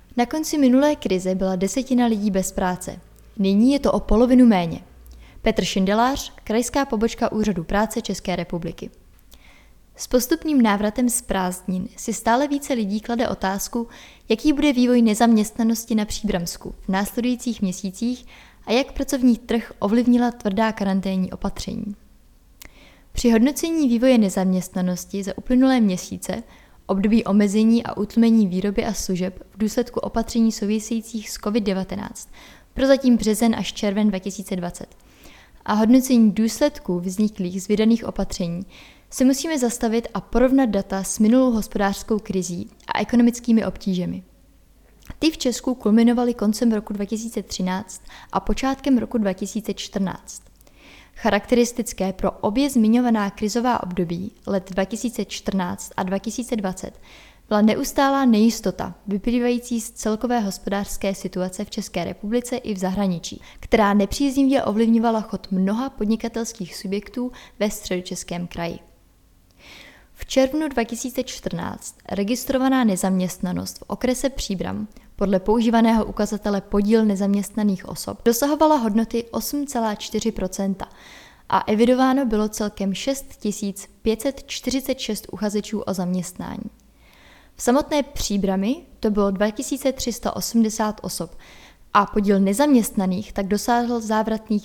Na konci minulé krize byla 1/10 lidí bez práce. Nyní je to o polovinu méně. Petr Šindelář, krajská pobočka Úřadu práce České republiky. S postupným návratem z prázdnin si stále více lidí klade otázku, jaký bude vývoj nezaměstnanosti na Příbramsku v následujících měsících a jak pracovní trh ovlivnila tvrdá karanténní opatření. Při hodnocení vývoje nezaměstnanosti za uplynulé měsíce, období omezení a utlumení výroby a služeb v důsledku opatření souvisejících s COVID-19, prozatím březen až červen 2020, a hodnocení důsledků vzniklých z vydaných opatření, se musíme zastavit a porovnat data s minulou hospodářskou krizí a ekonomickými obtížemi. Ty v Česku kulminovaly koncem roku 2013 a počátkem roku 2014. Charakteristické pro obě zmiňovaná krizová období let 2014 a 2020 byla neustálá nejistota vyplývající z celkové hospodářské situace v České republice i v zahraničí, která nepříznivě ovlivňovala chod mnoha podnikatelských subjektů ve Středočeském kraji. V červnu 2014 registrovaná nezaměstnanost v okrese Příbram podle používaného ukazatele podíl nezaměstnaných osob dosahovala hodnoty 8,4% a evidováno bylo celkem 6 546 uchazečů o zaměstnání. V samotné Příbrami to bylo 2380 osob a podíl nezaměstnaných tak dosáhl závratných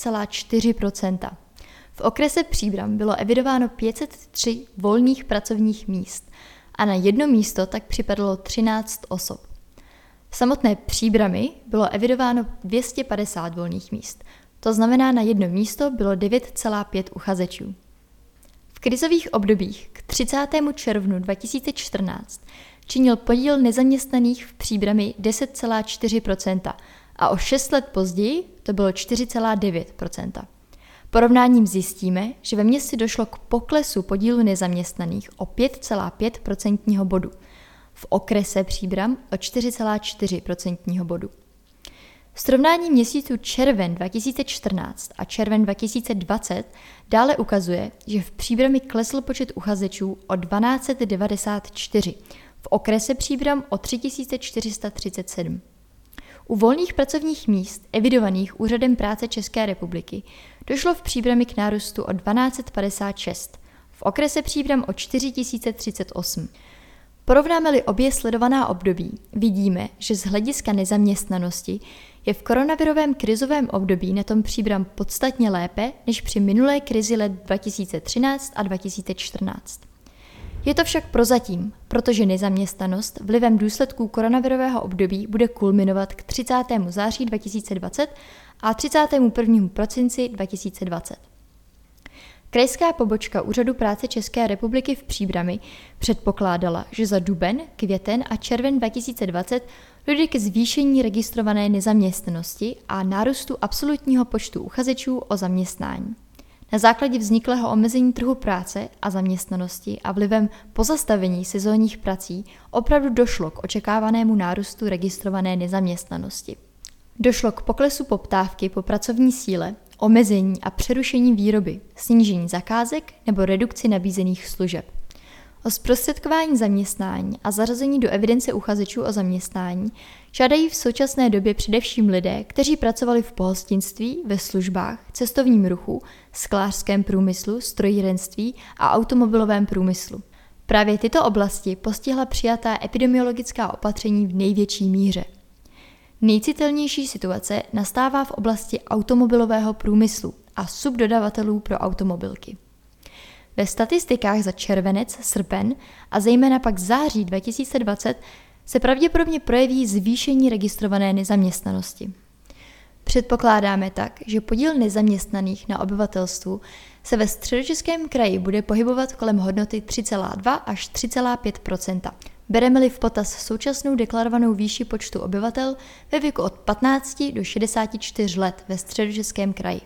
10,4%. V okrese Příbram bylo evidováno 503 volných pracovních míst a na jedno místo tak připadlo 13 osob. V samotné Příbrami bylo evidováno 250 volných míst, to znamená na jedno místo bylo 9,5 uchazečů. V krizových obdobích k 30. červnu 2014 činil podíl nezaměstnaných v Příbrami 10,4% a o 6 let později to bylo 4,9%. Porovnáním zjistíme, že ve městě došlo k poklesu podílu nezaměstnaných o 5,5% bodu, v okrese Příbram o 4,4% bodu. Srovnání měsíců červen 2014 a červen 2020 dále ukazuje, že v Příbrami klesl počet uchazečů o 1294, v okrese Příbram o 3437. U volných pracovních míst evidovaných Úřadem práce České republiky došlo v Příbrami k nárůstu o 1256, v okrese Příbram o 4038. Porovnáme-li obě sledovaná období, vidíme, že z hlediska nezaměstnanosti je v koronavirovém krizovém období na tom Příbram podstatně lépe než při minulé krizi let 2013 a 2014. Je to však prozatím, protože nezaměstnanost vlivem důsledků koronavirového období bude kulminovat k 30. září 2020 a 31. prosinci 2020. Krajská pobočka Úřadu práce České republiky v Příbrami předpokládala, že za duben, květen a červen 2020 dojde ke zvýšení registrované nezaměstnanosti a nárůstu absolutního počtu uchazečů o zaměstnání. Na základě vzniklého omezení trhu práce a zaměstnanosti a vlivem pozastavení sezónních prací opravdu došlo k očekávanému nárůstu registrované nezaměstnanosti. Došlo k poklesu poptávky po pracovní síle, omezení a přerušení výroby, snížení zakázek nebo redukci nabízených služeb. O zprostředkování zaměstnání a zařazení do evidence uchazečů o zaměstnání žádají v současné době především lidé, kteří pracovali v pohostinství, ve službách, cestovním ruchu, sklářském průmyslu, strojírenství a automobilovém průmyslu. Právě tyto oblasti postihla přijatá epidemiologická opatření v největší míře. Nejcitelnější situace nastává v oblasti automobilového průmyslu a subdodavatelů pro automobilky. Ve statistikách za červenec, srpen a zejména pak září 2020 se pravděpodobně projeví zvýšení registrované nezaměstnanosti. Předpokládáme tak, že podíl nezaměstnaných na obyvatelstvu se ve Středočeském kraji bude pohybovat kolem hodnoty 3,2 až 3,5%. Bereme-li v potaz současnou deklarovanou výši počtu obyvatel ve věku od 15 do 64 let ve Středočeském kraji.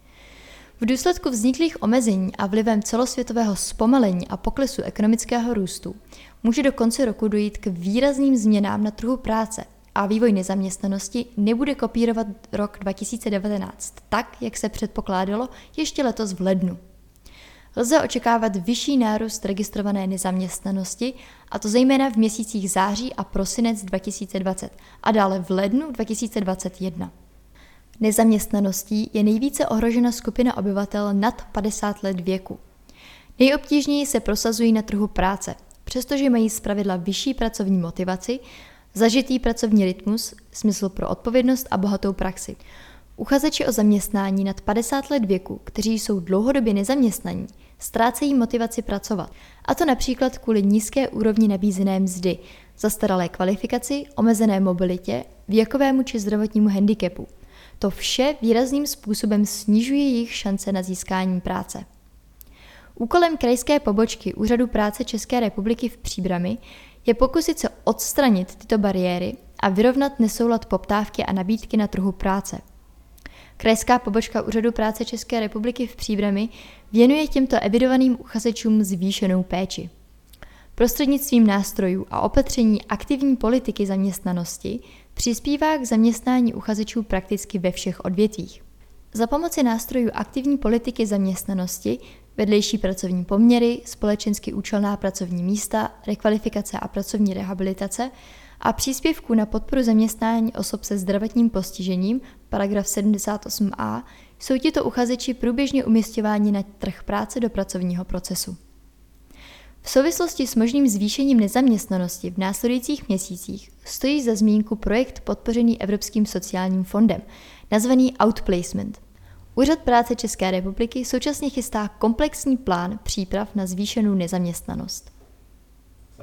V důsledku vzniklých omezení a vlivem celosvětového zpomalení a poklesu ekonomického růstu může do konce roku dojít k výrazným změnám na trhu práce a vývoj nezaměstnanosti nebude kopírovat rok 2019 tak, jak se předpokládalo ještě letos v lednu. lze očekávat vyšší nárůst registrované nezaměstnanosti, a to zejména v měsících září a prosinec 2020 a dále v lednu 2021. Nezaměstnaností je nejvíce ohrožena skupina obyvatel nad 50 let věku. Nejobtížněji se prosazují na trhu práce, přestože mají zpravidla vyšší pracovní motivaci, zažitý pracovní rytmus, smysl pro odpovědnost a bohatou praxi. Uchazeči o zaměstnání nad 50 let věku, kteří jsou dlouhodobě nezaměstnaní, ztrácejí motivaci pracovat, a to například kvůli nízké úrovni nabízené mzdy, zastaralé kvalifikaci, omezené mobilitě, věkovému či zdravotnímu handicapu. To vše výrazným způsobem snižuje jejich šance na získání práce. Úkolem krajské pobočky Úřadu práce České republiky v Příbrami je pokusit se odstranit tyto bariéry a vyrovnat nesoulad poptávky a nabídky na trhu práce. Krajská pobočka Úřadu práce České republiky v Příbrami věnuje těmto evidovaným uchazečům zvýšenou péči. Prostřednictvím nástrojů a opatření aktivní politiky zaměstnanosti přispívá k zaměstnání uchazečů prakticky ve všech odvětvích. Za pomoci nástrojů aktivní politiky zaměstnanosti, vedlejší pracovní poměry, společensky účelná pracovní místa, rekvalifikace a pracovní rehabilitace a příspěvků na podporu zaměstnání osob se zdravotním postižením, paragraf 78a, jsou tito uchazeči průběžně umisťováni na trh práce do pracovního procesu. V souvislosti s možným zvýšením nezaměstnanosti v následujících měsících stojí za zmínku projekt podpořený Evropským sociálním fondem, nazvaný Outplacement. Úřad práce České republiky současně chystá komplexní plán příprav na zvýšenou nezaměstnanost.